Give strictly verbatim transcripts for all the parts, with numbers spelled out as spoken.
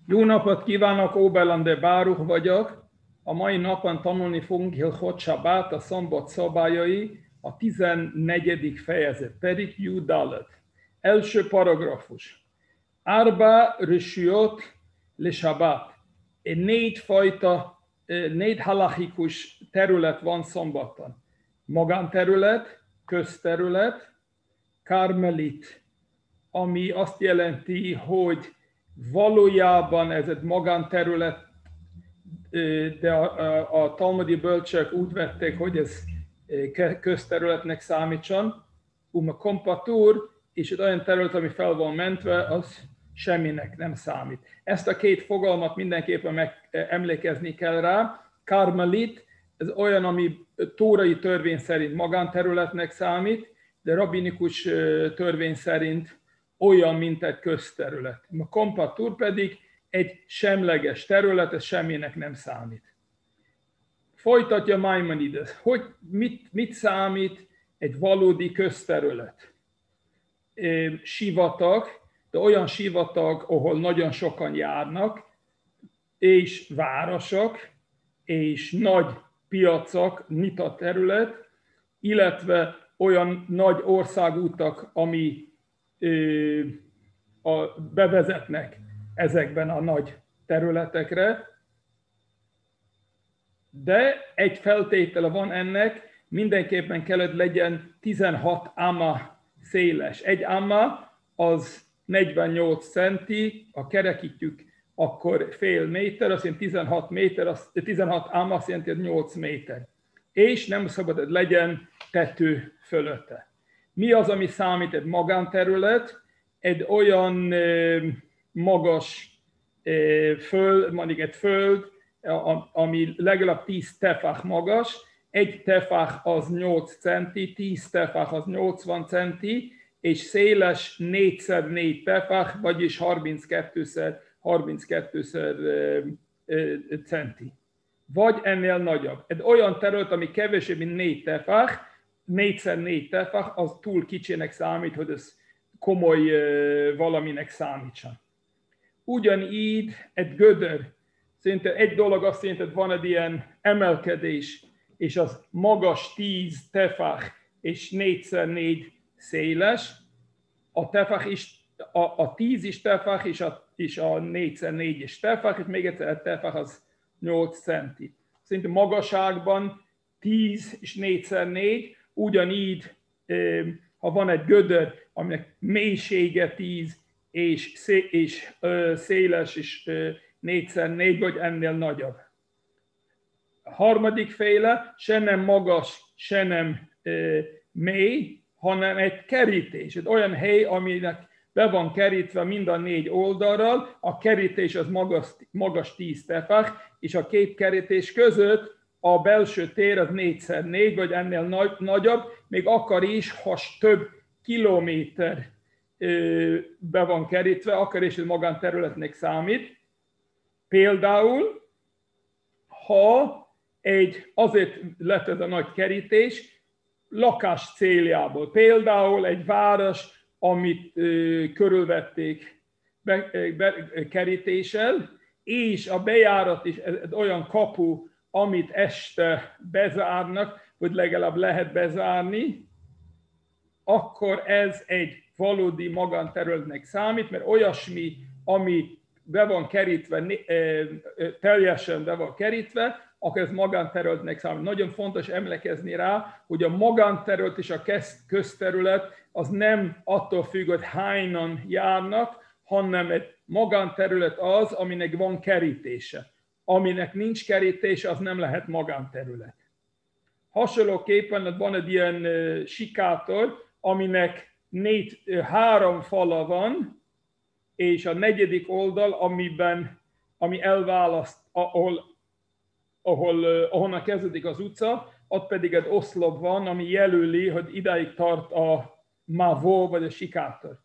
Jó napot kívánok, Oberlande Báruch vagyok. A mai napon tanulni fogunk Hilchot Shabbat, a szombat szabályai, a tizennegyedik fejezet, Perik Jud Dalet. Első paragrafus. Arba Rishuyot le Shabbat. Négy fajta, négy halachikus terület van szombaton. Magánterület, közterület, karmelit, ami azt jelenti, hogy valójában ez egy magánterület, de a, a, a talmudi bölcsök úgy vették, hogy ez közterületnek számítson. Uma kompatur, és egy olyan terület, ami fel van mentve, az semminek nem számít. Ezt a két fogalmat mindenképpen meg emlékezni kell rá. Karmelit, ez olyan, ami tórai törvény szerint magánterületnek számít, de rabbinikus törvény szerint olyan, mint egy közterület. A kompatur pedig egy semleges terület, ez semminek nem számít. Folytatja Maimonides, hogy mit, mit számít egy valódi közterület? Sivatag, de olyan sivatag, ahol nagyon sokan járnak, és városok, és nagy piacok, nyitott terület, illetve olyan nagy országútak, ami a, bevezetnek ezekben a nagy területekre, de egy feltétele van ennek, mindenképpen kellett legyen tizenhat amma széles. Egy amma az negyvennyolc centi, ha kerekítjük, akkor fél méter, azt jelenti tizenhat méter, az, tizenhat amma azt jelenti nyolc méter. És nem szabad, hogy legyen tető fölötte. Mi az, ami számít egy magánterület? Egy olyan magas föld, mondjuk egy föld, ami legalább tíz tefach magas. Egy tefach az nyolc centi, tíz tefach az nyolcvan centi, és széles négyszer négy tefach, vagyis harminckettőszer harminckettőszer centi. Vagy ennél nagyobb. Egy olyan terület, ami kevesebb, mint négy tefach, négyszer négy tefach, az túl kicsinek számít, hogy ez komoly valaminek számítson. Ugyanígy egy gödör, szinte egy dolog azt jelenti, hogy van egy ilyen emelkedés, és az magas tíz tefach, és négyszer négy széles. A tefach is, a, a tíz is tefach, és a, és a négyszer négy is tefach, és még egyszer a tefach az nyolc centi. Szinte magasságban tíz és négyszer négy, ugyanígy, ha van egy gödör, aminek mélysége tíz, és, szé- és ö, széles és négyszer négy, vagy ennél nagyobb. A harmadik féle se nem magas, se nem ö, mély, hanem egy kerítés. Egy olyan hely, aminek be van kerítve mind a négy oldalral, a kerítés az magas, magas tíz tefach, és a két kerítés között a belső tér az négyszer négy, vagy ennél nagy, nagyobb, még akar is, ha több kilométer ö, be van kerítve, akar is, hogy magánterületnek számít. Például, ha egy, azért lett ez a nagy kerítés, lakás céljából. Például egy város, amit ö, körülvették be, be, kerítéssel, és a bejárat is egy olyan kapu, amit este bezárnak, vagy legalább lehet bezárni, akkor ez egy valódi magánterületnek számít, mert olyasmi, ami be van kerítve, teljesen be van kerítve, akkor ez magánterületnek számít. Nagyon fontos emlékezni rá, hogy a magánterület és a közterület az nem attól függ, hogy hányan járnak, hanem egy magánterület az, aminek van kerítése. Aminek nincs kerítése, az nem lehet magánterület. Hasonlóképpen van egy ilyen sikátor, aminek négy, három fala van, és a negyedik oldal, amiben, ami elválaszt, ahol, ahol, ahonnan kezdődik az utca, ott pedig egy oszlop van, ami jelöli, hogy idáig tart a mávó, vagy a sikátor.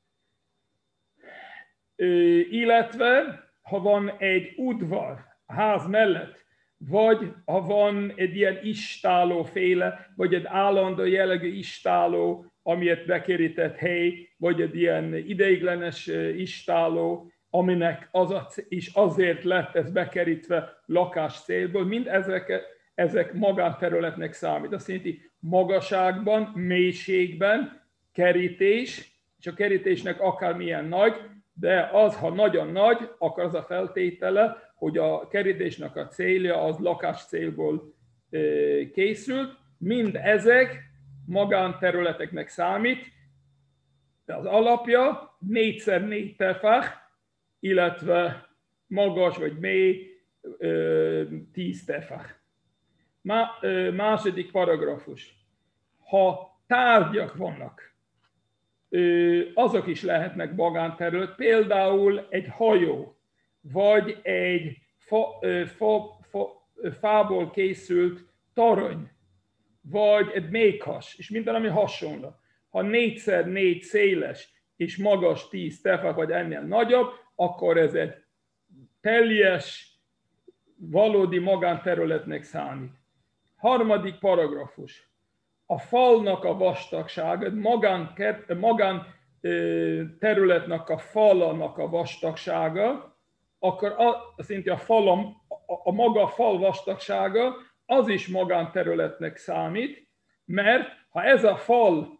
Illetve, ha van egy udvar a ház mellett, vagy ha van egy ilyen istálóféle, vagy egy állandó jellegű istáló, amiért bekerített hely, vagy egy ilyen ideiglenes istáló, aminek az a, és azért lett ez bekerítve lakás célból, mind ezek, ezek magánterületnek számít. Azt jelenti magasságban, mélységben, kerítés, és a kerítésnek akármilyen nagy, de az, ha nagyon nagy, akkor az a feltétele, hogy a kerítésnek a célja az lakás célból készült. Mind ezek magánterületeknek számít, de az alapja négyszer négy tefach, illetve magas vagy mély tíz tefach. Második paragrafus. Ha tárgyak vannak, azok is lehetnek magánterület, például egy hajó, vagy egy fa, fa, fa, fából készült torony, vagy egy méhas, és minden, ami hasonló. Ha négyszer négy széles és magas tíz tefach, vagy ennél nagyobb, akkor ez egy teljes, valódi magánterületnek számít. Harmadik paragrafus. A falnak a vastagsága, magán, magán területnek a falanak a vastagsága, akkor azt jelenti a, falam, a, a maga fal vastagsága, az is magánterületnek számít, mert ha ez a fal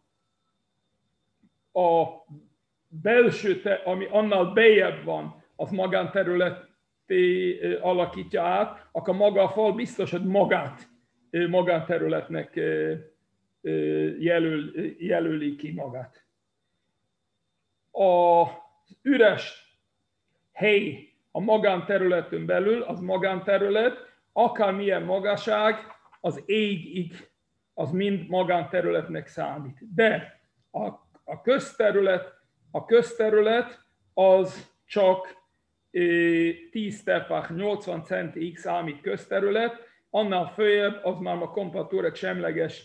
a belső, te, ami annál bejebb van, az magánterületé alakítja át, akkor maga a fal biztos, hogy magát magánterületnek jelöl, jelöli ki magát. Az üres hely a magánterületön belül, az magánterület, akármilyen magasság, az égig, az mind magánterületnek számít. De a, a közterület, a közterület az csak tíz tefach, nyolcvan centig számít közterület, annál följebb az már a kompatúrek semleges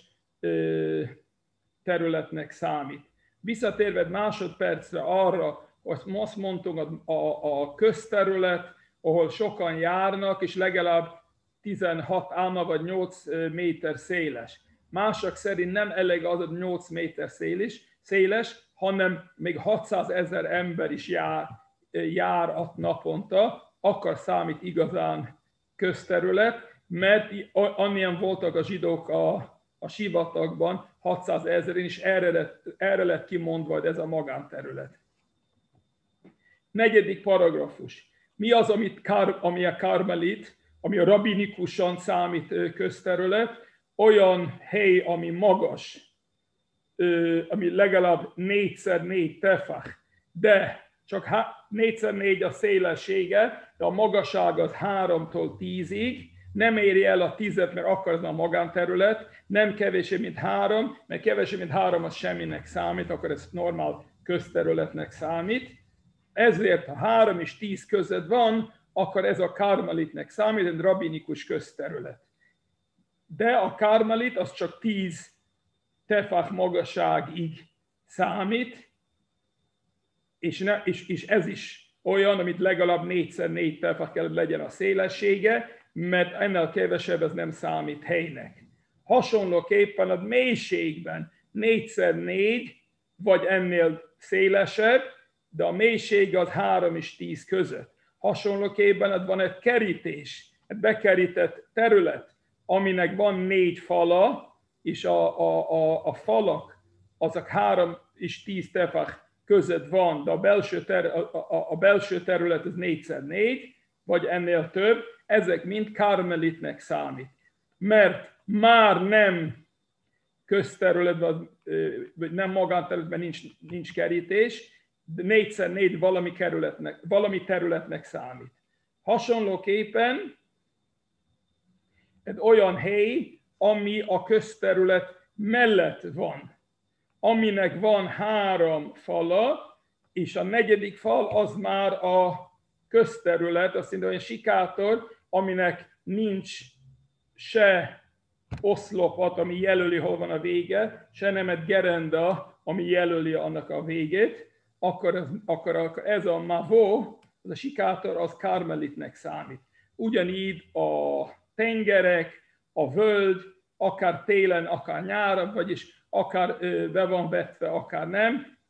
területnek számít. Visszatérve másodpercre arra, hogy azt mondtunk, a, a, a közterület, ahol sokan járnak, és legalább tizenhat áma vagy nyolc méter széles. Mások szerint nem elég az, hogy nyolc méter széles, széles, hanem még hatszázezer ember is jár, jár a naponta, akkor számít igazán közterület, mert annyian voltak a zsidók a, a sivatagban, hatszázezeren, és erre lett, erre lett kimondva, hogy ez a magánterület. Negyedik paragrafus. Mi az, amit kár, ami a karmelit, ami a rabinikusan számít közterület? Olyan hely, ami magas, ami legalább négyszer négy tefach, de csak négyszer négy a szélessége, de a magasság az háromtól tízig, nem éri el a tízet, mert akkor az a magánterület, nem kevésbé, mint három, mert kevésbé, mint három az semminek számít, akkor ez normál közterületnek számít. Ezért, ha három és tíz között van, akkor ez a karmelitnek számít, egy rabinikus közterület. De a karmelit az csak tíz tefach magasságig számít, és, ne, és, és ez is olyan, amit legalább négyszer négy tefach kell legyen a szélessége, mert ennél kevesebb ez nem számít helynek. Hasonlóképpen a mélységben négyszer négy, vagy ennél szélesebb, de a mélység az három és tíz között. Hasonlóképpen van egy kerítés, egy bekerített terület, aminek van négy fala, és a, a, a, a falak azok három és tíz tefach között van, de a belső, ter, a, a, a belső terület az négyszer négy, vagy ennél több, ezek mind karmelitnek számít. Mert már nem közterületben, vagy nem magánterületben nincs, nincs kerítés, de négyszer négy valami, kerületnek, valami területnek számít. Hasonlóképpen egy olyan hely, ami a közterület mellett van, aminek van három fala, és a negyedik fal az már a közterület, azt mondja, olyan sikátor, aminek nincs se oszlopat, ami jelöli, hol van a vége, se nem egy gerenda, ami jelöli annak a végét, akkor ez, akkor ez a mavó, az a sikátor, az karmelitnek számít. Ugyanígy a tengerek, a völgy, akár télen, akár nyáron, vagyis akár be van vetve, akár nem,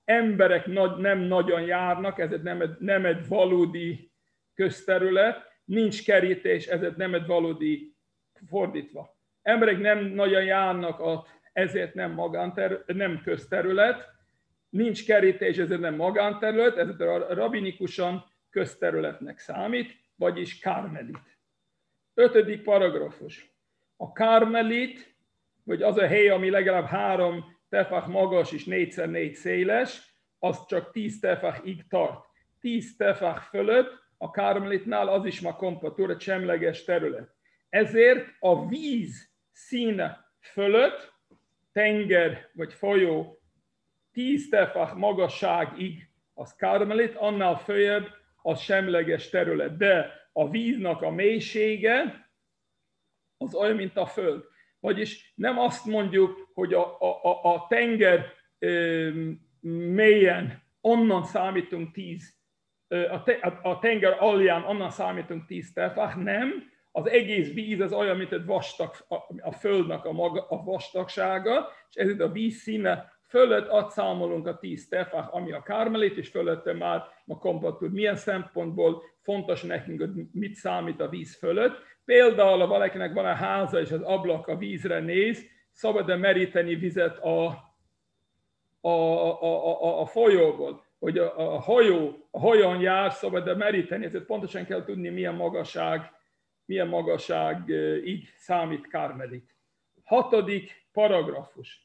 emberek nagy, nem nagyon járnak, ez nem egy, nem egy valódi közterület, nincs kerítés, ez nem egy valódi fordítva. Emberek nem nagyon járnak ott, ezért nem, magánterület, nem közterület, nincs kerítés, ezért nem magánterület, ezért a rabinikusan közterületnek számít, vagyis kármelit. Ötödik paragrafus. A kármelit, vagy az a hely, ami legalább három tefach magas és négyszer négy széles, az csak tíz tefachig tart. Tíz tefach fölött a kármelitnál az is ma kompatúra, semleges terület. Ezért a víz színe fölött, tenger vagy folyó tíz tefach magasságig az kármelit, annál följebb az semleges terület. De a víznak a mélysége az olyan, mint a föld. Vagyis nem azt mondjuk, hogy a, a, a tenger ö, mélyen onnan számítunk tíz, a, te, a tenger alján onnan számítunk tíz tefach, nem. Az egész víz az olyan, mint egy vastag, a, a földnek a, maga, a vastagsága, és ezért a víz színe fölött azt számolunk a tíz tefach, ami a kármelit, és fölötte már a kompatúr. Milyen szempontból fontos nekünk, hogy mit számít a víz fölött. Például, ha valakinek van a háza, és az ablak a vízre néz, szabad-e meríteni vizet a, a, a, a, a folyóból, hogy a, a hajó, a hajón jár, szabad-e meríteni, ezért pontosan kell tudni, milyen magasság, milyen magasságig számít kármelit. Hatodik paragrafus.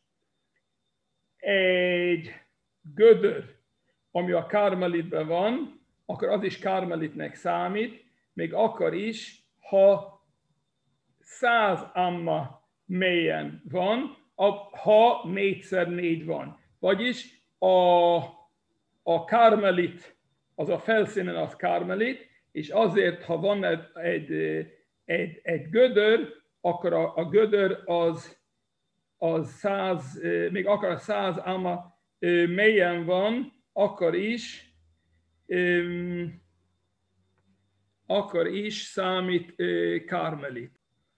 Egy gödör, ami a kármelitben van, akkor az is kármelitnek számít, még akkor is, ha száz amma mélyen van, ha négyszer négy van. Vagyis a, a kármelit, az a felszínen az kármelit, és azért, ha van egy, egy, egy, egy gödör, akkor a, a gödör az, az száz, még akár a száz amma mélyen van, akkor is, akkor is számít kármelit.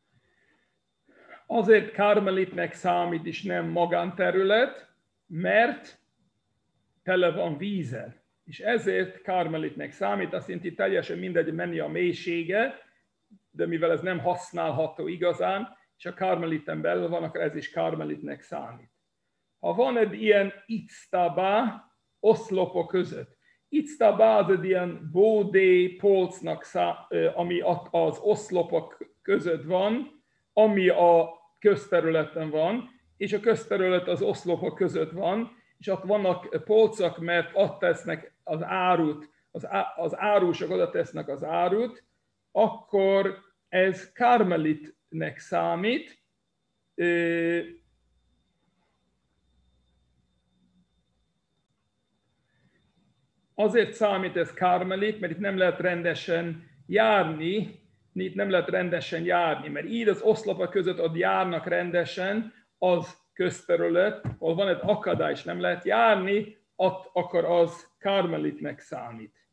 Azért kármelitnek számít, és nem magánterület, mert tele van vízzel. És ezért kármelitnek számít, azt jelenti, teljesen mindegy, mennyi a mélysége, de mivel ez nem használható igazán, és a kármeliten belül van, akkor ez is kármelitnek számít. Ha van egy ilyen ictabá oszlopok között, ictabá az egy ilyen bódé polcnak, ami az oszlopok között van, ami a közterületen van, és a közterület az oszlopok között van, és ott vannak polcok, mert ott tesznek az árut, az, á, az árusok oda tesznek az árut, akkor ez kármelitnek számít. Azért számít ez kármelit, mert itt nem lehet rendesen járni, itt nem lehet rendesen járni, mert így az oszlopok között ott járnak rendesen, az közterület, ahol van egy akadály, és nem lehet járni, ott akkor az kármelitnek számít.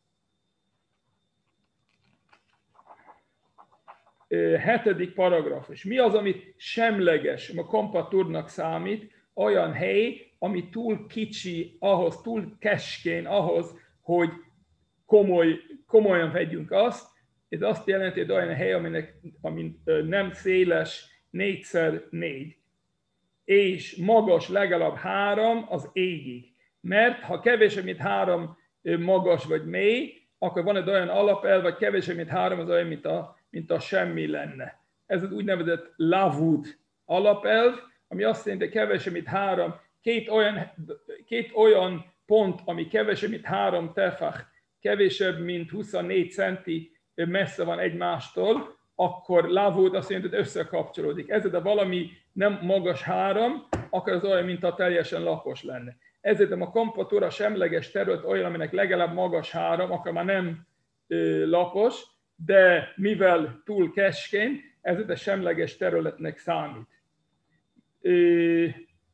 Hetedik paragrafus. Mi az, amit semleges, a kompatúrnak számít? Olyan hely, ami túl kicsi ahhoz, túl keskén ahhoz, hogy komoly, komolyan vegyünk azt. Ez azt jelenti, hogy olyan hely, aminek, ami nem széles, négyszer négy. És magas legalább három az égig. Mert ha kevésebb, mint három magas vagy mély, akkor van egy olyan alapelv, hogy kevésebb, mint három az olyan, mint a, mint a semmi lenne. Ez az úgynevezett lavud alapelv, ami azt jelenti, hogy kevésebb, mint három, két olyan, két olyan pont, ami kevésebb, mint három tefach, kevésebb, mint huszonnégy centi messze van egymástól, akkor lavud azt jelenti, hogy összekapcsolódik. Ezért, ha valami nem magas három, akkor az olyan, mint a teljesen lapos lenne. Ezért a kompatúra semleges terület olyan, aminek legalább magas három, akkor már nem ö, lapos, de mivel túl keskeny, ezért a semleges területnek számít. Ö,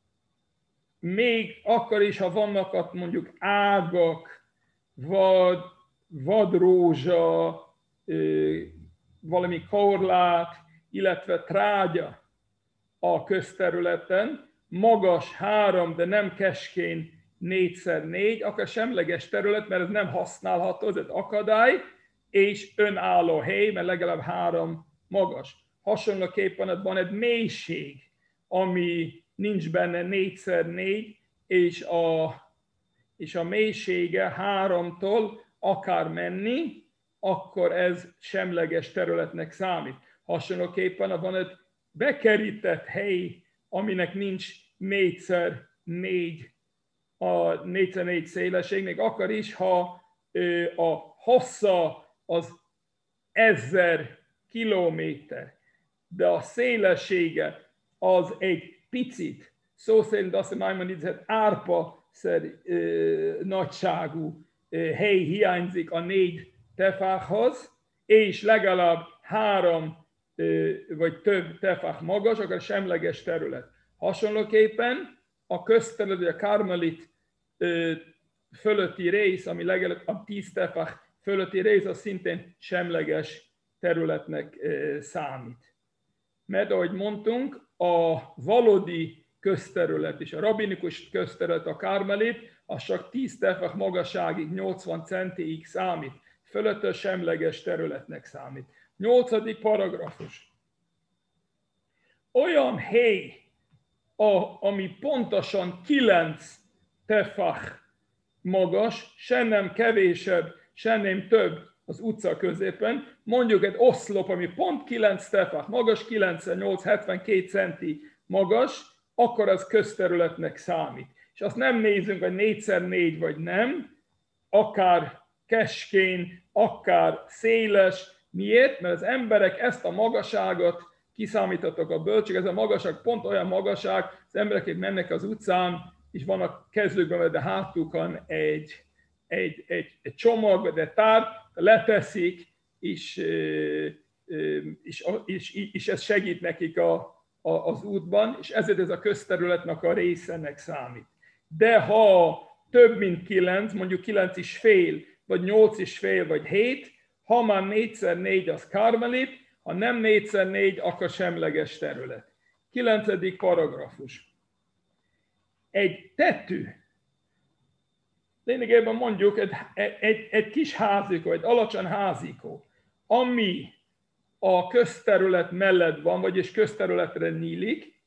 még akkor is, ha vannak ott mondjuk ágak, vad, vadrózsa, ö, valami korlát, illetve trágya a közterületen, magas három, de nem keskén négyszer négy, akkor semleges terület, mert ez nem használható, ez egy akadály, és önálló hely, mert legalább három magas. Hasonlóképpen van egy mélység, ami nincs benne négyszer négy, és a, és a mélysége háromtól akar menni, akkor ez semleges területnek számít. Hasonlóképpen van egy bekerített hely, aminek nincs négyszer négy, a négyszer négy szélesség, még akkor is, ha a hossza az ezer kilométer, de a szélessége az egy picit, szó szerint azt mondom, hogy ez árpa nagyságú hely hiányzik a négy tefákhoz, és legalább három vagy több tefák magas, akkor semleges terület. Hasonlóképpen a közterület, vagy a karmelit fölötti rész, ami legalább a tíz tefák fölötti rész, az szintén semleges területnek számít. Mert ahogy mondtunk, a valódi közterület és a rabbinikus közterület, a karmelit, az csak tíz tefák magasságig, nyolcvan centiig számít. Fölöttől semleges területnek számít. Nyolcadik paragrafus. Olyan hely, a, ami pontosan kilenc tefach magas, se nem kevésebb, se nem több az utca középen, mondjuk egy oszlop, ami pont kilenc tefach magas, kilencvennyolc hetvenkét centi magas, akkor az közterületnek számít. És azt nem nézzünk, hogy négyszer négy vagy nem, akár keskén, akár széles. Miért? Mert az emberek ezt a magasságot kiszámítottak a bölcsök, ez a magasság pont olyan magasság, az emberek mennek az utcán, és van a kezükben, vagy a hátukon egy, egy, egy, egy csomag, vagy egy tár, leteszik, és, és, és, és ez segít nekik a, a, az útban, és ezért ez a közterületnek a részének számít. De ha több mint kilenc, mondjuk kilenc és fél, vagy nyolc és fél, vagy hét, ha már négyszer négy az karmelit, ha nem négyszer négy, akkor semleges terület. Kilencedik paragrafus. Egy tető, lényegében mondjuk egy, egy, egy kis házikó, egy alacsony házikó, ami a közterület mellett van, vagyis közterületre nyílik,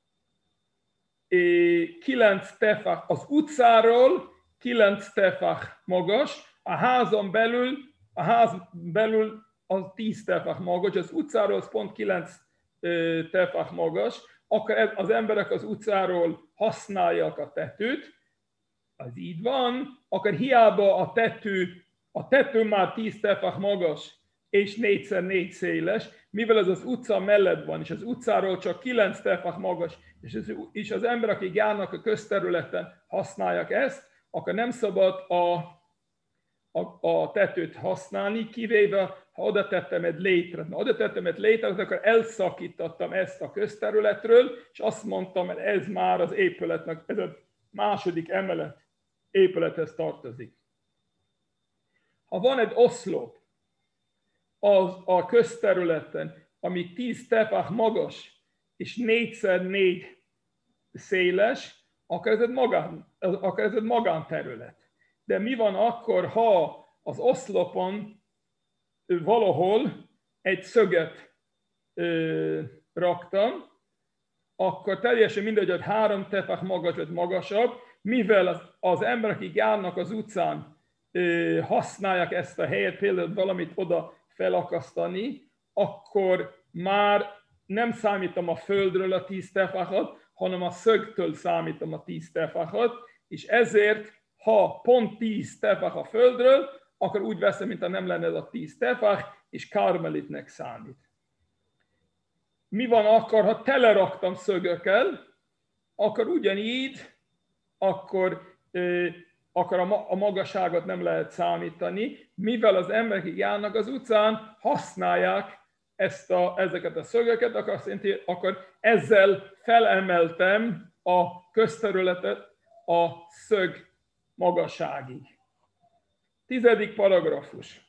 kilenc tefach az utcáról, kilenc tefach magas, a házon belül, a ház belül az tíz tefach magas, az utcáról az pont kilenc tefach magas, akkor az emberek az utcáról használják a tetőt, az így van, akkor hiába a tető, a tető már tíz tefach magas, és négyszer négy széles, mivel ez az utca mellett van, és az utcáról csak kilenc tefach magas, és az, és az emberek, akik járnak a közterületen, használják ezt, akkor nem szabad a, a, a tetőt használni, kivéve, ha oda tettem egy létret. Ha oda tettem egy létret, akkor elszakítottam ezt a közterületről, és azt mondtam, hogy ez már az épületnek, ez a második emelet épülethez tartozik. Ha van egy oszlop az a közterületen, ami tíz tefach magas, és négyszer négy széles, akkor ez egy, magán, akkor ez egy magánterület. De mi van akkor, ha az oszlopon valahol egy szöget ö, raktam, akkor teljesen mindegy, hogy három tefach magas vagy magasabb, mivel az, az emberek, akik járnak az utcán, ö, használják ezt a helyet, például valamit oda felakasztani, akkor már nem számítom a földről a tíz tefachot, hanem a szögtől számítom a tíz tefachot, és ezért, ha pont tíz tefach a földről, akkor úgy veszem, mintha nem lenne ez a tíz tefach, és karmelitnek számít. Mi van akkor, ha teleraktam szögökkel, akkor ugyanígy, akkor, euh, akkor a, a magasságot nem lehet számítani, mivel az emberek, akik járnak az utcán, használják ezt a, ezeket a szögöket, akkor, azt jelenti, akkor ezzel felemeltem a közterületet a szög magasságig. Tizedik paragrafus.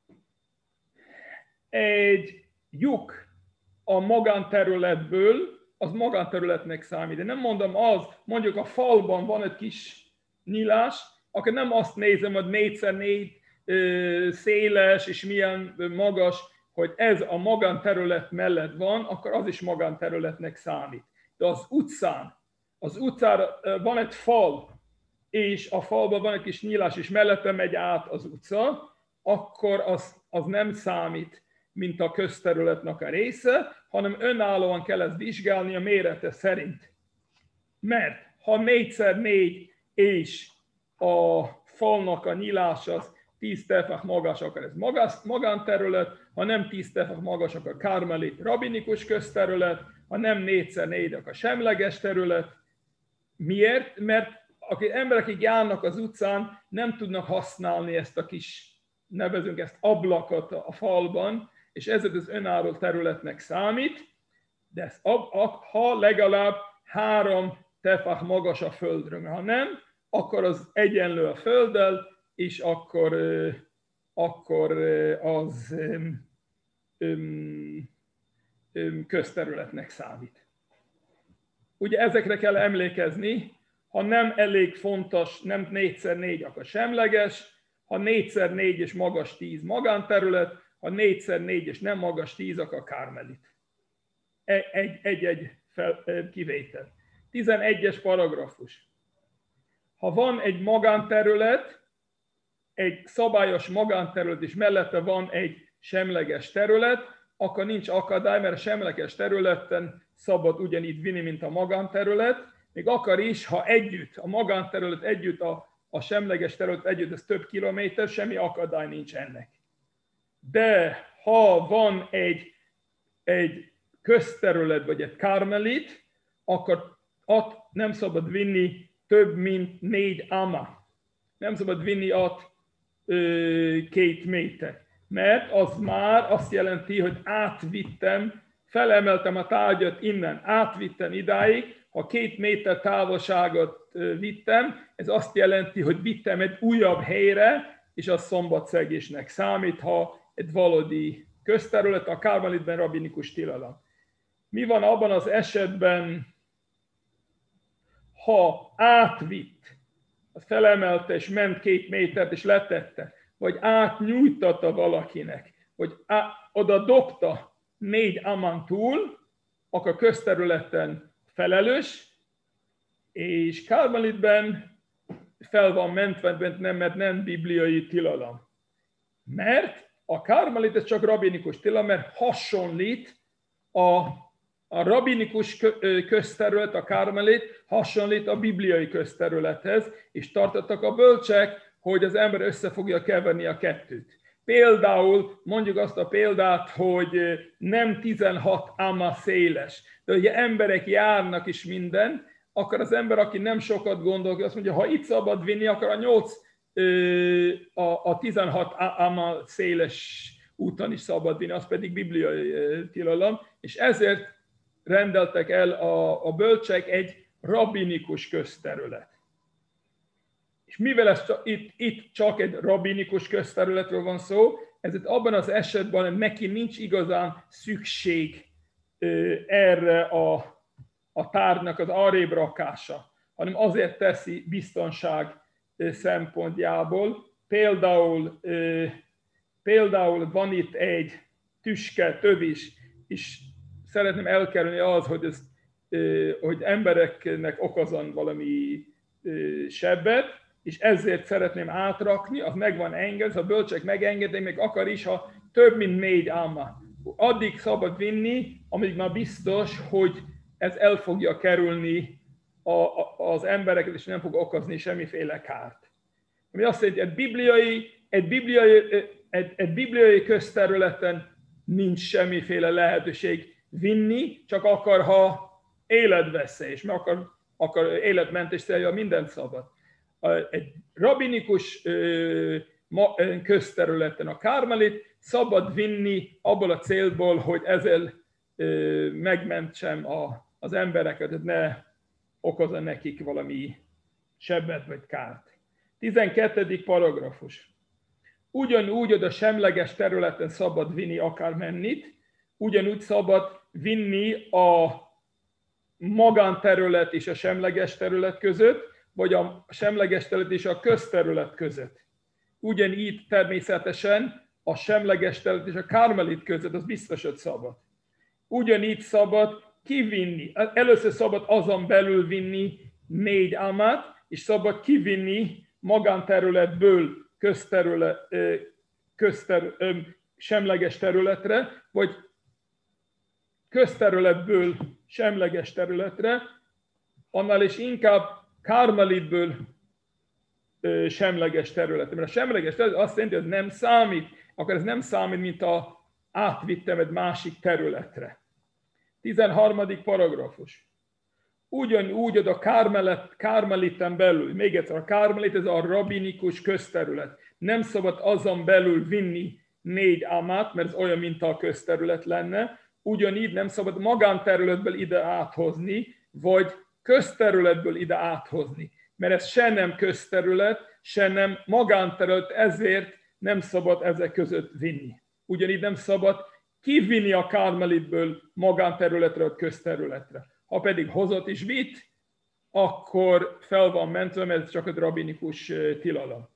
Egy lyuk a magánterületből az magánterületnek számít. De nem mondom az, mondjuk a falban van egy kis nyílás, akkor nem azt nézem, hogy négyszer négy széles és milyen magas, hogy ez a magánterület mellett van, akkor az is magánterületnek számít. De az utcán, az utcára van egy fal, és a falban van egy kis nyílás, és mellette megy át az utca, akkor az, az nem számít, mint a közterületnek a része, hanem önállóan kell ezt vizsgálni a mérete szerint. Mert ha négyszer négy és a falnak a nyílás az tíz tefach magas, akkor ez magánterület, ha nem tíz tefach magas, akkor karmelit rabinikus közterület, ha nem négyszer négy, akkor semleges terület. Miért? Mert akik emberek, akik járnak az utcán, nem tudnak használni ezt a kis, nevezünk ezt ablakot a falban, és ezért az önálló területnek számít, de ez, ha legalább három tefach magas a földről, ha nem, akkor az egyenlő a földdel, és akkor, akkor az közterületnek számít. Ugye ezekre kell emlékezni, ha nem elég fontos, nem négyszer négy, akkor semleges, ha négyszer négy és magas tíz magánterület, ha négyszer négy és nem magas tíz, akkor karmelit. Egy-egy kivétel. tizenegyes paragrafus. Ha van egy magánterület, egy szabályos magánterület, és mellette van egy semleges terület, akkor nincs akadály, mert a semleges területen szabad ugyanígy vinni, mint a magánterület, még akar is, ha együtt, a magánterület együtt, a, a semleges terület együtt, ez több kilométer, semmi akadály nincs ennek. De ha van egy, egy közterület, vagy egy karmelit, akkor ott nem szabad vinni több, mint négy ama. Nem szabad vinni ott ö, két méter. Mert az már azt jelenti, hogy átvittem, felemeltem a tárgyat innen, átvittem idáig, ha két méter távolságot vittem, ez azt jelenti, hogy vittem egy újabb helyre, és az szombatszegésnek számít, ha egy valódi közterület, a karmelitben rabinikus tilalom. Mi van abban az esetben, ha átvitt, az felemelte és ment két métert és letette, vagy átnyújtatta valakinek, vagy á, oda dobta négy aman túl, akkor közterületen felelős, és karmelitben fel van mentve, nem, mert nem bibliai tilalom. Mert a karmelit ez csak rabinikus tilalom, mert hasonlít a, a rabinikus közterület, a karmelit hasonlít a bibliai közterülethez, és tartottak a bölcsek, hogy az ember össze fogja keverni a kettőt. Például mondjuk azt a példát, hogy nem tizenhat ama széles, de ugye emberek járnak is minden, akkor az ember, aki nem sokat gondolkodik, azt mondja, ha itt szabad vinni, akkor a nyolc, a, a tizenhat ama széles úton is szabad vinni, az pedig bibliai tilalom, és ezért rendeltek el a, a bölcsek egy rabinikus közterület. És mivel ez csak, itt, itt csak egy rabinikus közterületről van szó, ezért abban az esetben neki nincs igazán szükség erre a, a tárgynak az arrébb rakása, hanem azért teszi biztonság szempontjából. Például, például van itt egy tüske, tövis, és szeretném elkerülni az, hogy, ez, hogy embereknek okozon valami sebbet, és ezért szeretném átrakni, az meg van engedve, a bölcsek megengedni, még akar is, ha több mint négy áma. Addig szabad vinni, amíg már biztos, hogy ez el fogja kerülni a, a, az embereket, és nem fog okozni semmiféle kárt. Ami azt jelenti, egy bibliai, egy bibliai, egy, egy bibliai közterületen nincs semmiféle lehetőség vinni, csak akar, ha életveszély, és meg akar, akar életmentés célja, mindent szabad. Egy rabinikus közterületen a karmelit szabad vinni abból a célból, hogy ezzel megmentsem az embereket, hogy ne okozza nekik valami sebbet vagy kárt. tizenkettedik paragrafus. Ugyanúgy oda semleges területen szabad vinni akár mennit, ugyanúgy szabad vinni a magánterület és a semleges terület között, vagy a semleges terület és a közterület között. Ugyanígy természetesen a semleges terület és a karmelit között, az biztos, hogy szabad. Ugyanígy szabad kivinni, először szabad azon belül vinni négy amát, és szabad kivinni magánterületből közterület, közter, semleges területre, vagy közterületből semleges területre, annál is inkább karmelitből semleges területre. Mert a semleges terület azt jelenti, hogy nem számít, akkor ez nem számít, mint a átvittem egy másik területre. tizenharmadik paragrafus. Ugyanúgy, hogy a karmeliten belül, még egyszer, a karmelit, ez a rabinikus közterület. Nem szabad azon belül vinni négy amát, mert ez olyan, mint a közterület lenne. Ugyanígy nem szabad magánterületből ide áthozni, vagy közterületből ide áthozni. Mert ez se nem közterület, se nem magánterület, ezért nem szabad ezek között vinni. Ugyanígy nem szabad kivinni a karmelitből magánterületre vagy közterületre. Ha pedig hozott is vitt, akkor fel van mentve, mert ez csak a rabinikus tilalom.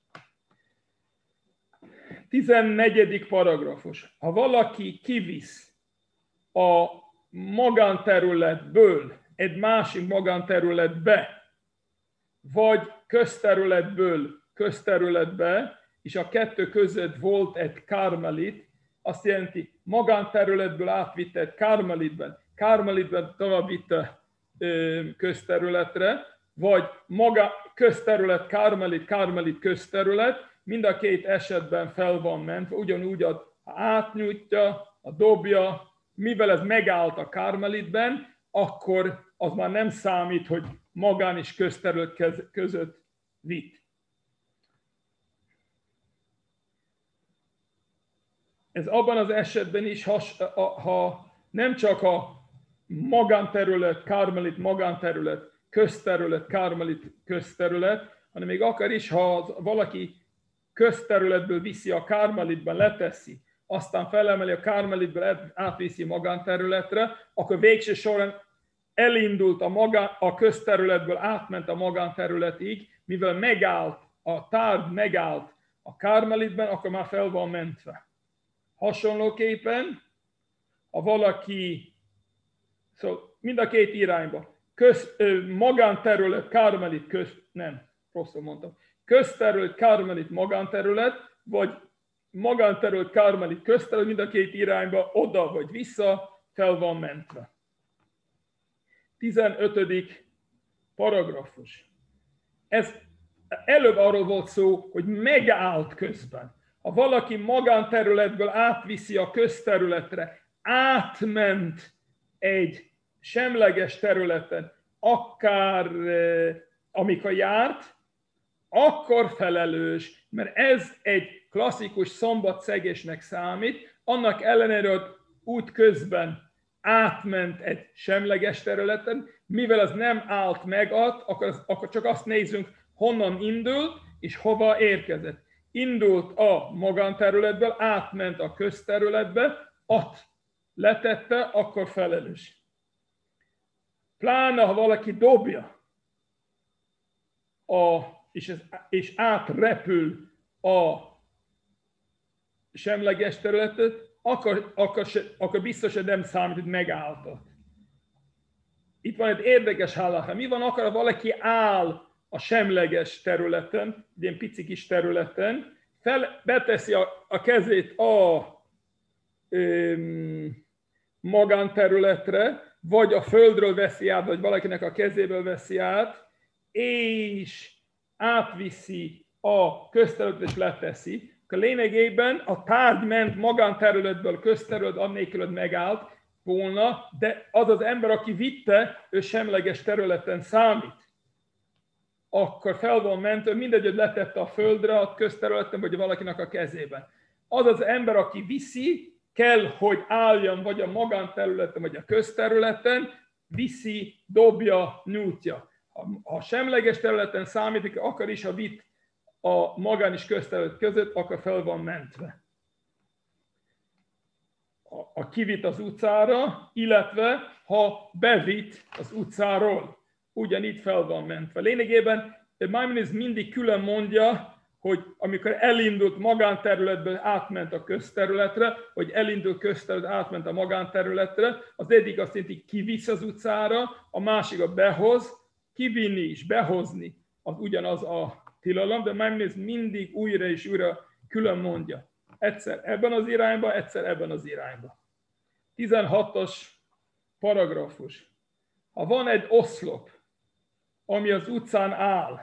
tizennegyedik paragrafus. Ha valaki kivisz a magánterületből egy másik magánterületbe, vagy közterületből közterületbe, és a kettő között volt egy karmelit, azt jelenti, magánterületből átvitte egy karmelitben, karmelitben tovább vitte közterületre, vagy maga közterület, karmelit, karmelit közterület, mind a két esetben fel van mentve, ugyanúgy a átnyújtja, a dobja, mivel ez megállt a karmelitben, akkor az már nem számít, hogy magán és közterület között vitt. Ez abban az esetben is, ha, ha nem csak a magánterület, karmelit, magánterület, közterület, karmelit, közterület, hanem még akár is, ha valaki közterületből viszi a karmelitben, leteszi, aztán felemeli a karmelitből, átviszi magánterületre, akkor végső soron elindult a, magán, a közterületből, átment a magánterületig, mivel megállt, a tárgy megállt a karmelitben, akkor már fel van mentve. Hasonlóképpen, ha valaki, szóval mind a két irányba, köz, magánterület, karmelit, köz, nem, rosszul mondtam, közterület, karmelit, magánterület, vagy magánterület, karmelit, közterület, mind a két irányba, oda vagy vissza, fel van mentve. tizenötödik paragrafus. Ez előbb arról volt szó, hogy megállt közben. Ha valaki magánterületből átviszi a közterületre, átment egy semleges területen, akár amikor járt, akkor felelős, mert ez egy klasszikus szombatszegésnek számít, annak ellenére, hogy út közben átment egy semleges területen, mivel az nem állt meg ott, akkor, akkor csak azt nézzünk, honnan indult és hova érkezett. Indult a magánterületből, átment a közterületbe, ott letette, akkor felelős. Pláne, ha valaki dobja, a, és, ez, és átrepül a semleges területet, akkor, akkor, se, akkor biztos, hogy nem számít, hogy megállt. Itt van egy érdekes halacha. Mi van akkor, ha valaki áll a semleges területen, ilyen pici kis területen, fel, beteszi a, a kezét a öm, magánterületre, vagy a földről veszi át, vagy valakinek a kezéből veszi át, és átviszi a közterületet, és leteszi. A lényegében a tárgy ment magánterületből közterület, annélkül, hogy megállt volna, de az az ember, aki vitte, ő semleges területen számít. Akkor fel van mentő, mindegy, hogy letette a földre, a közterületen, vagy valakinek a kezében. Az az ember, aki viszi, kell, hogy álljon vagy a magánterületen, vagy a közterületen, viszi, dobja, nyújtja. Ha semleges területen számítik, akkor is, ha vitt a magán és közterület között, akkor fel van mentve. a kivitt az utcára, illetve ha bevitt az utcáról. Ugyanígy fel van mentve. Lényegében Maimonides mindig külön mondja, hogy amikor elindult magánterületből, átment a közterületre, hogy elindult közterület, átment a magánterületre, az egyik azt jelenti, kivisz az utcára, a másik a behoz, kivinni és behozni, az ugyanaz a tilalom, de Maimonides mindig újra és újra külön mondja. Egyszer ebben az irányba, egyszer ebben az irányba. tizenhatos paragrafus. Ha van egy oszlop, ami az utcán áll,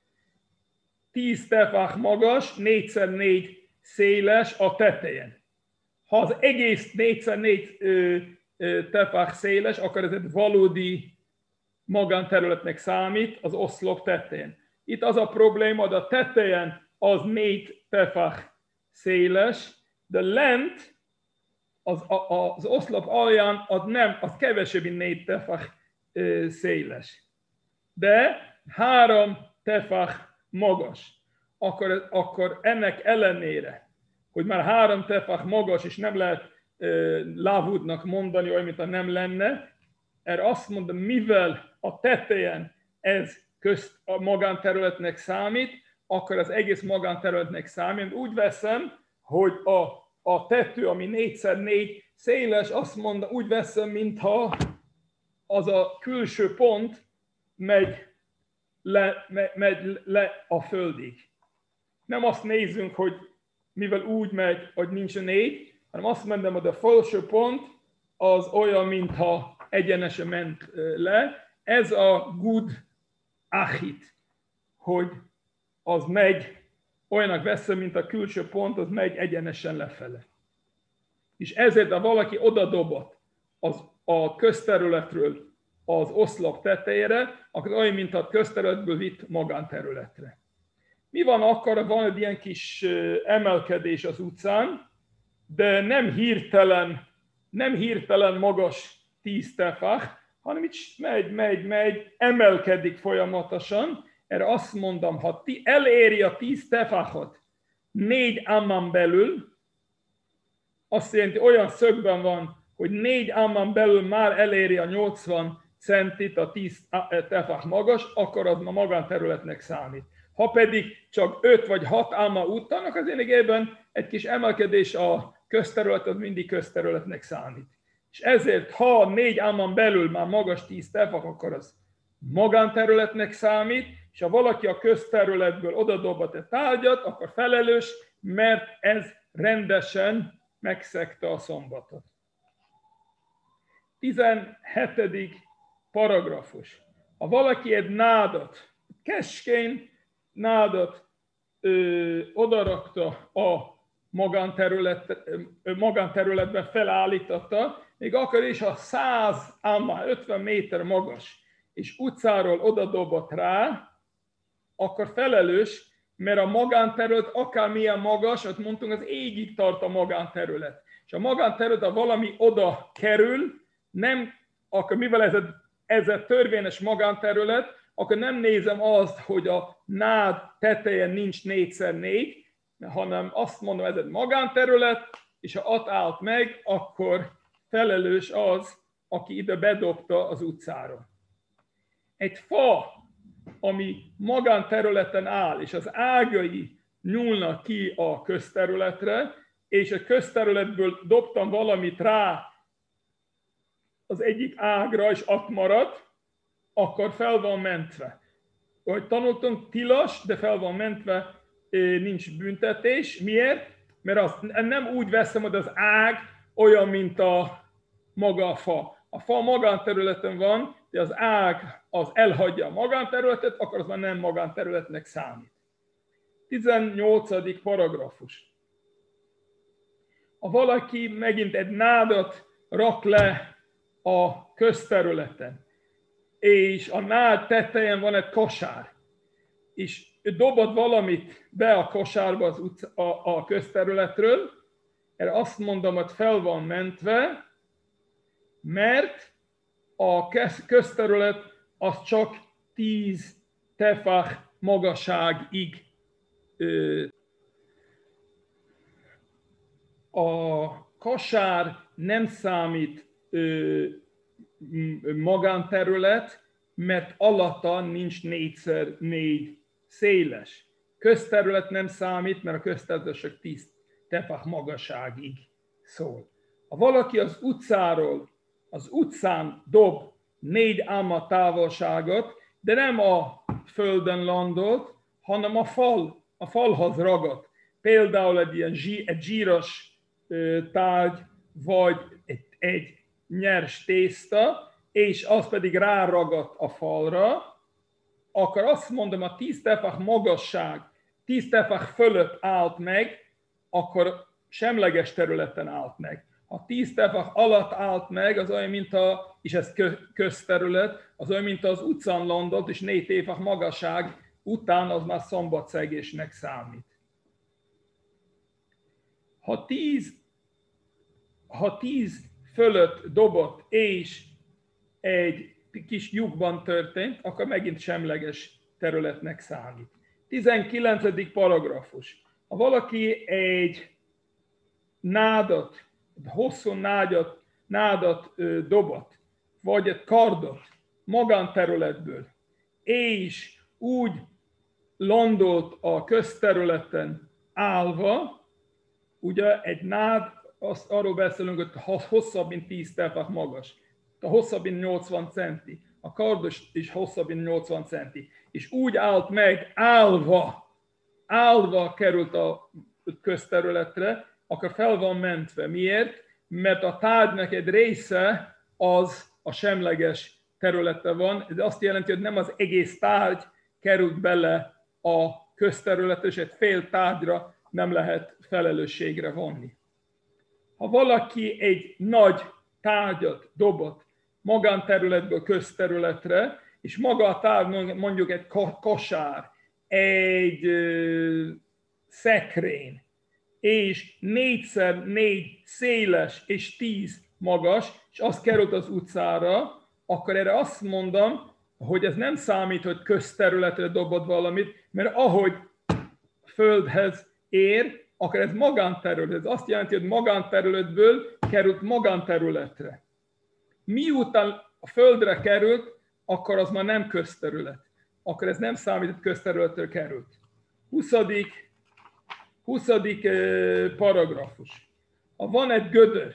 tíz tefach magas, négyszer négy széles a tetején. Ha az egész négyszer négy tefach széles, akkor ez egy valódi magánterületnek számít az oszlop tetején. Itt az a probléma, hogy a tetején az négy tefach széles, de lent az, az oszlop alján az nem, az kevesebb, mint négy tefach széles. De három tefach magas. Akkor, akkor ennek ellenére, hogy már három tefach magas, és nem lehet e, lávudnak mondani, olyan, mint ha nem lenne, erre azt mondom, mivel a tetején ez közt a magánterületnek számít, akkor az egész magánterületnek számít. Úgy veszem, hogy a, a tető, ami négyszer négy széles, azt mondom, úgy veszem, mintha az a külső pont megy le, megy le a földig. Nem azt nézzünk, hogy mivel úgy megy, hogy nincs négy, hanem azt mondom, hogy a felső pont az olyan, mintha egyenesen ment le. Ez a good achit, hogy az megy, olyanak veszem, mint a külső pont, az megy egyenesen lefele. És ezért, ha valaki oda dobott az, a közterületről az oszlop tetejére, akkor olyan, mint a közterületből vitt magánterületre. Mi van akkor, van egy ilyen kis emelkedés az utcán, de nem hirtelen, nem hirtelen magas tíz tefach, hanem itt megy, megy, megy, emelkedik folyamatosan. Erre azt mondom, ha ti eléri a tíz tefachot négy amman belül, azt jelenti, olyan szögben van, hogy négy amman belül már eléri a nyolcvan centit, a tíz tefach magas, akkor az a magánterületnek számít. Ha pedig csak öt vagy hat amma utának, az lényegében egy kis emelkedés a közterület, az mindig közterületnek számít. És ezért, ha négy amman belül már magas tíz tefach, akkor az magánterületnek számít, és ha valaki a közterületből odadobott egy tárgyat, akkor felelős, mert ez rendesen megszegte a szombatot. tizenhetedik paragrafus. Ha valaki egy nádat, keskeny nádat ö, odarakta a magánterület, ö, magánterületben felállította, még akkor is, ha száz amma, ötven méter magas, és utcáról odadobott rá, akkor felelős, mert a magánterület akármilyen magas, ott mondtunk, az égig tart a magánterület. És a magánterület, ha valami oda kerül, nem, akkor mivel ez egy, ez egy törvényes magánterület, akkor nem nézem azt, hogy a nád tetején nincs négyszer négy, hanem azt mondom, ez egy magánterület, és ha ott állt meg, akkor felelős az, aki ide bedobta az utcára. Egy fa, ami magánterületen áll, és az ágai nyúlnak ki a közterületre, és a közterületből dobtam valamit rá az egyik ágra, és ott maradt, akkor fel van mentve. Ahogy tanultunk, tilos, de fel van mentve, nincs büntetés. Miért? Mert azt nem úgy veszem, hogy az ág olyan, mint a maga a fa. A fa magánterületen van, de az ág az elhagyja a magánterületet, akkor az már nem magánterületnek számít. tizennyolcadik paragrafus. Ha valaki megint egy nádat rak le a közterületen, és a nád tetején van egy kosár, és dobod valamit be a kosárba az utca, a, a közterületről, erre azt mondom, hogy fel van mentve, mert a közterület az csak tíz tefach magasságig. A kosár nem számít ö, magánterület, mert alatta nincs négyszer négy széles. Közterület nem számít, mert a közterület csak tíz tefach magasságig szól. Ha valaki az utcáról, az utcán dob négy áma távolságot, de nem a földön landolt, hanem a fal, a falhoz ragadt. Például egy ilyen zsí, egy zsíros tárgy, vagy egy, egy nyers tészta, és az pedig ráragadt a falra, akkor azt mondom, a tíz tefach magasság, tíz tefach fölött állt meg, akkor semleges területen állt meg. Ha tíz tefach alatt állt meg, az olyan, mint a, és ez közterület, az olyan, mint az utcán landolt, és négy tefach magasság után az már szombatszegésnek számít. Ha tíz, ha tíz fölött dobott, és egy kis lyukban történt, akkor megint semleges területnek számít. tizenkilencedik paragrafus. Ha valaki egy nádat, hosszú nádat, nádat dobott, vagy egy kardot magánterületből, és úgy landolt a közterületen állva, ugye egy nád, azt arról beszélünk, hogy hosszabb, mint tíz tefach magas. A hosszabb, mint nyolcvan centi. A kardos is hosszabb, mint nyolcvan centi. És úgy állt meg, állva, állva került a közterületre, akkor fel van mentve. Miért? Mert a tárgynak egy része az a semleges területe van. Ez azt jelenti, hogy nem az egész tárgy került bele a közterületre, és egy fél tárgyra nem lehet felelősségre vonni. Ha valaki egy nagy tárgyat dobott magánterületből közterületre, és maga a tárgy mondjuk egy kosár, egy ö, szekrény, és négyszer négy széles és tíz magas, és az került az utcára, akkor erre azt mondom, hogy ez nem számít, hogy közterületre dobott valamit, mert ahogy földhez ér, akkor ez magánterület. Ez azt jelenti, hogy magánterületből került magánterületre. Miután a földre került, akkor az már nem közterület. Akkor ez nem számít, hogy közterületre került. huszadik huszadik paragrafus. Ha van egy gödör,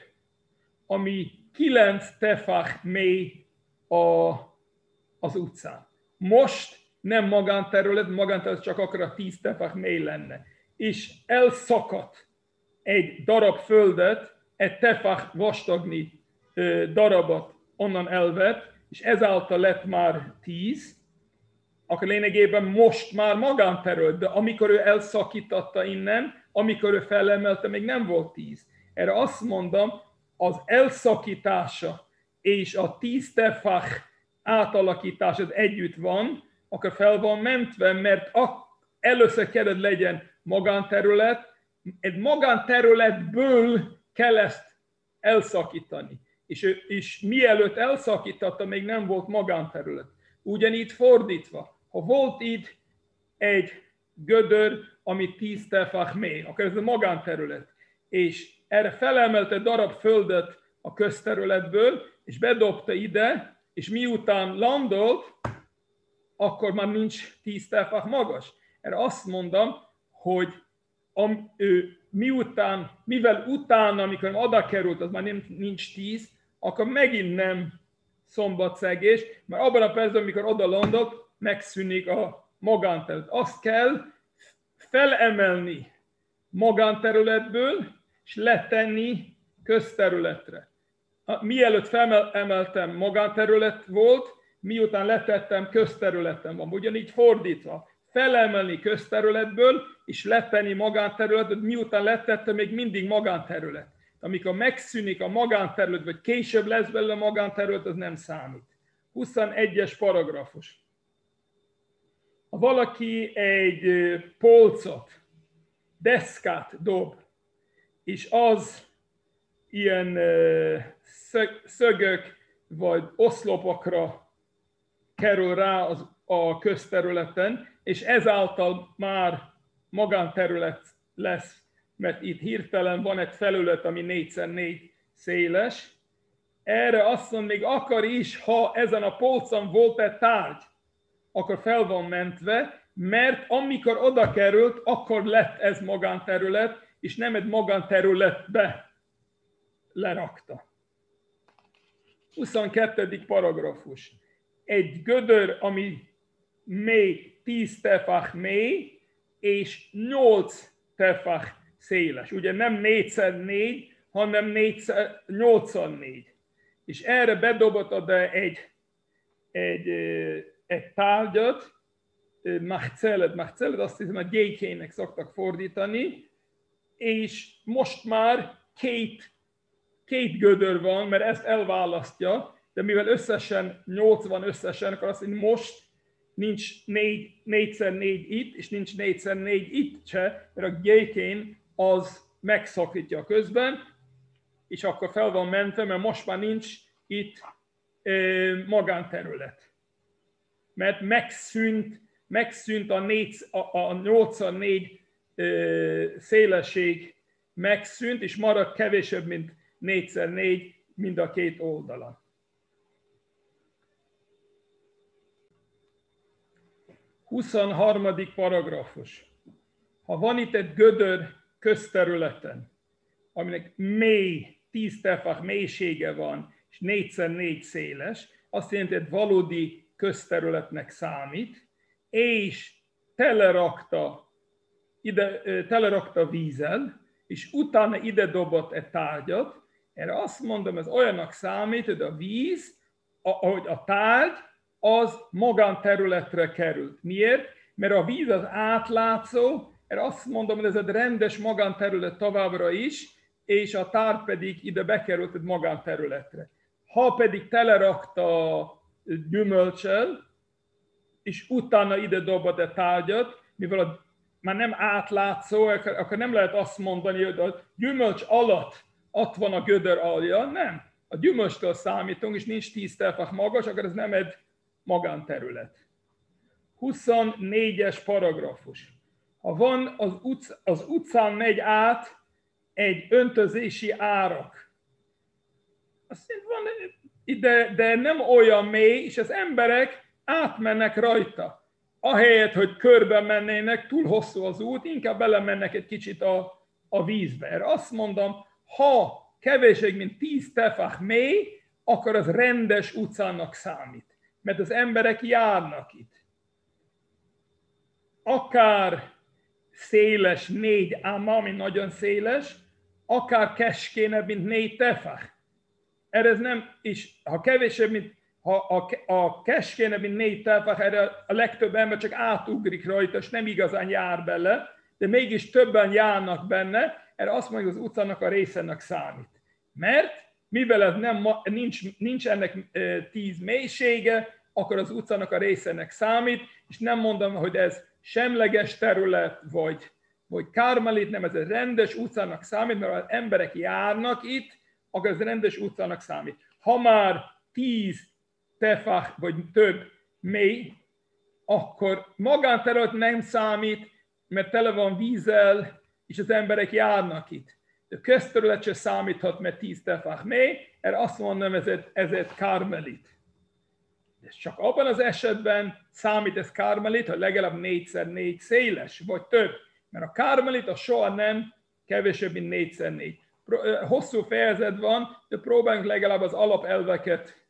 ami kilenc tefach mély a, az utcán. Most nem magánterület, magánterület csak akkor a tíz tefach mély lenne. És elszakadt egy darab földet, egy tefach vastagnyi darabot onnan elvett, és ezáltal lett már tíz, akkor lényegében most már magánterület, de amikor ő elszakította innen, amikor ő felemelte, még nem volt tíz. Erre azt mondom, az elszakítása és a tíz tefach átalakítás az együtt van, akkor fel van mentve, mert először kellett legyen magánterület, egy magánterületből kell ezt elszakítani. És, és mielőtt elszakította, még nem volt magánterület. Ugyanígy fordítva, ha volt itt egy gödör, ami tíz tefach mély, akkor ez a magánterület. És erre felemelte darab földet a közterületből, és bedobta ide, és miután landolt, akkor már nincs tíz tefach magas. Erre azt mondom, hogy am, ő, miután, mivel utána, amikor oda került, az már nem, nincs tíz, akkor megint nem szombatszegés, mert abban a percben, amikor oda landolt, megszűnik a magánterület. Azt kell felemelni magánterületből, és letenni közterületre. Mielőtt felemeltem, magánterület volt, miután letettem, közterületen van. Ugyanígy fordítva, felemelni közterületből, és letenni magánterületet, miután letettem, még mindig magánterület. Amikor megszűnik a magánterület, vagy később lesz belőle a magánterület, az nem számít. huszonegyes paragrafus. Ha valaki egy polcot, deszkát dob, és az ilyen szögök vagy oszlopokra kerül rá az, a közterületen, és ezáltal már magánterület lesz, mert itt hirtelen van egy felület, ami négyszer négy széles. Erre azt mondom, még akar is, ha ezen a polcon volt egy tárgy, akkor fel van mentve, mert amikor oda került, akkor lett ez magánterület, és nem egy magánterületbe lerakta. huszonkettő paragrafus. Egy gödör, ami mély, tíz tefach mély, és nyolc tefach széles. Ugye nem négyszer négy, hanem négyszer, nyolcszor négy. És erre bedobott oda egy, egy, egy tárgyat, machzelet, machzelet, azt hiszem a gyékének szoktak fordítani, és most már két, két gödör van, mert ezt elválasztja, de mivel összesen nyolc van összesen, akkor azt mondja, most nincs négy, négyszer négy itt, és nincs négyszer négy itt se, mert a gyékén az megszakítja közben, és akkor fel van mentve, mert most már nincs itt e, magánterület. Mert megszűnt, megszűnt a, négy, a, a nyolcszor négy e, szélesség megszűnt, és maradt kevésebb, mint négyszer négy mind a két oldalon. huszonharmadik paragrafus. Ha van itt egy gödör közterületen, aminek mély, tíz tefach mélysége van, és négyszer négy széles, azt jelenti, hogy valódi közterületnek számít, és telerakta, ide, telerakta vízzel, és utána ide dobott egy tárgyat, erre azt mondom, ez olyannak számít, hogy a víz, ahogy a tárgy, az magánterületre került. Miért? Mert a víz az átlátszó, erre azt mondom, hogy ez egy rendes magánterület továbbra is, és a tárgy pedig ide bekerült egy magánterületre. Ha pedig telerakta gyümölcsel, és utána ide dobott egy tárgyat, mivel a, már nem átlátszó, akkor, akkor nem lehet azt mondani, hogy a gyümölcs alatt ott van a gödör alja, nem. A gyümölcstől számítunk, és nincs tíz tefach magas, akkor ez nem egy magánterület. huszonnégyes paragrafus. Ha van az, utc, az utcán megy át egy öntözési árak, azt van ide, de nem olyan mély, és az emberek átmennek rajta. Ahelyett, hogy körbe mennének, túl hosszú az út, inkább belemennek egy kicsit a, a vízbe. Erre azt mondom, ha kevésbé, mint tíz tefach mély, akkor az rendes utcának számít. Mert az emberek járnak itt. Akár széles négy áma, ami nagyon széles, akár keskénebb, mint négy tefach. Erre ez nem, és ha kevésbé, mint ha a, a keskénebb, mint négy tefach, erre a legtöbb ember csak átugrik rajta, és nem igazán jár bele, de mégis többen járnak benne, erre azt mondjuk, az utcának a részének számít. Mert mivel ez nem, nincs, nincs ennek tíz mélysége, akkor az utcának a részének számít, és nem mondom, hogy ez semleges terület, vagy, vagy kármelit, nem, ez egy rendes utcának számít, mert az emberek járnak itt, akkor ez rendes utcának számít. Ha már tíz tefach, vagy több mély, akkor magánterület nem számít, mert tele van vízzel, és az emberek járnak itt. De közterület se számíthat, mert tíz tefach mély, erre azt mondom, ez egy, ez egy kármelit. De csak abban az esetben számít ez kármelit, hogy legalább négyszer négy széles, vagy több. Mert a kármelit az soha nem kevesebb, mint négyszer négy. Hosszú fejezet van, de próbáljunk legalább az alapelveket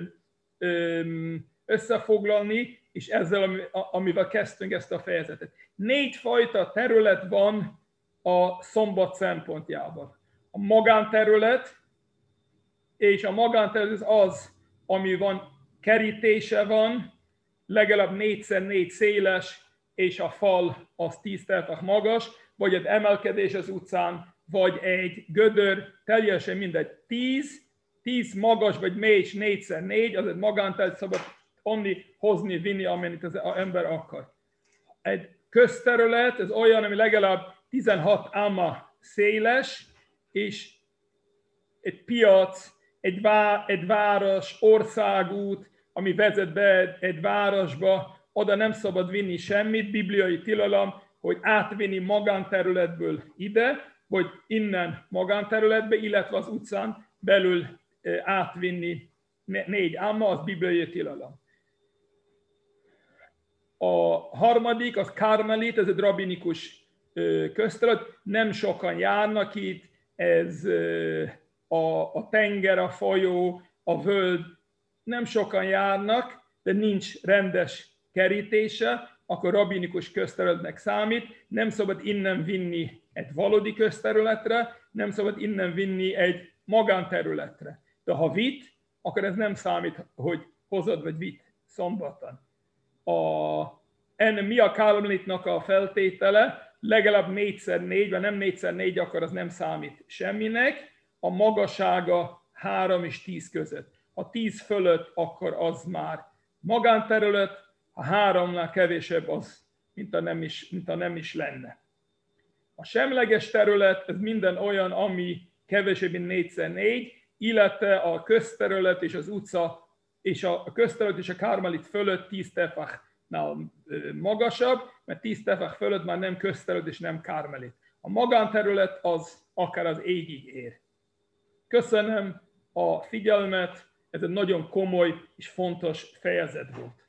összefoglalni, és ezzel, amivel kezdtünk ezt a fejezetet. Négy fajta terület van a szombat szempontjában. A magánterület, és a magánterület az, ami van, kerítése van, legalább négyszer négy széles, és a fal az tíz tefach magas, vagy egy emelkedés az utcán, vagy egy gödör, teljesen mindegy, tíz, tíz magas, vagy mély, és négyszer négy, az egy magánterület, szabad onni, hozni, vinni, amennyit az ember akar. Egy közterület, ez olyan, ami legalább tizenhat áma széles, és egy piac, egy, vá, egy város, országút, ami vezet be egy városba, oda nem szabad vinni semmit, bibliai tilalom, hogy átvinni magánterületből ide, vagy innen magánterületbe, illetve az utcán belül átvinni négy amma, az bibliai tilalom. A harmadik, az Karmelit, ez egy rabinikus közterület, nem sokan járnak itt, ez a, a tenger, a folyó, a völgy, nem sokan járnak, de nincs rendes kerítése, akkor rabinikus közterületnek számít, nem szabad innen vinni egy valódi közterületre, nem szabad innen vinni egy magánterületre. De ha vitt, akkor ez nem számít, hogy hozod vagy vitt szombaton. A, ennek mi a Karmelitnak a feltétele? Legalább négyszer négy, vagy nem négyszer négy, akkor az nem számít semminek. A magassága három és tíz között. Ha tíz fölött, akkor az már magánterület, ha háromnál kevésebb, az mint a nem is, mint a nem is lenne. A semleges terület, ez minden olyan, ami kevesebb, mint négyszer négy, illetve a közterület és az utca, és a közterület és a Karmelit fölött tíz tefachnál magasabb, mert tíz tefach fölött már nem közterület és nem Karmelit. A magánterület az akár az égig ér. Köszönöm a figyelmet, ez egy nagyon komoly és fontos fejezet volt.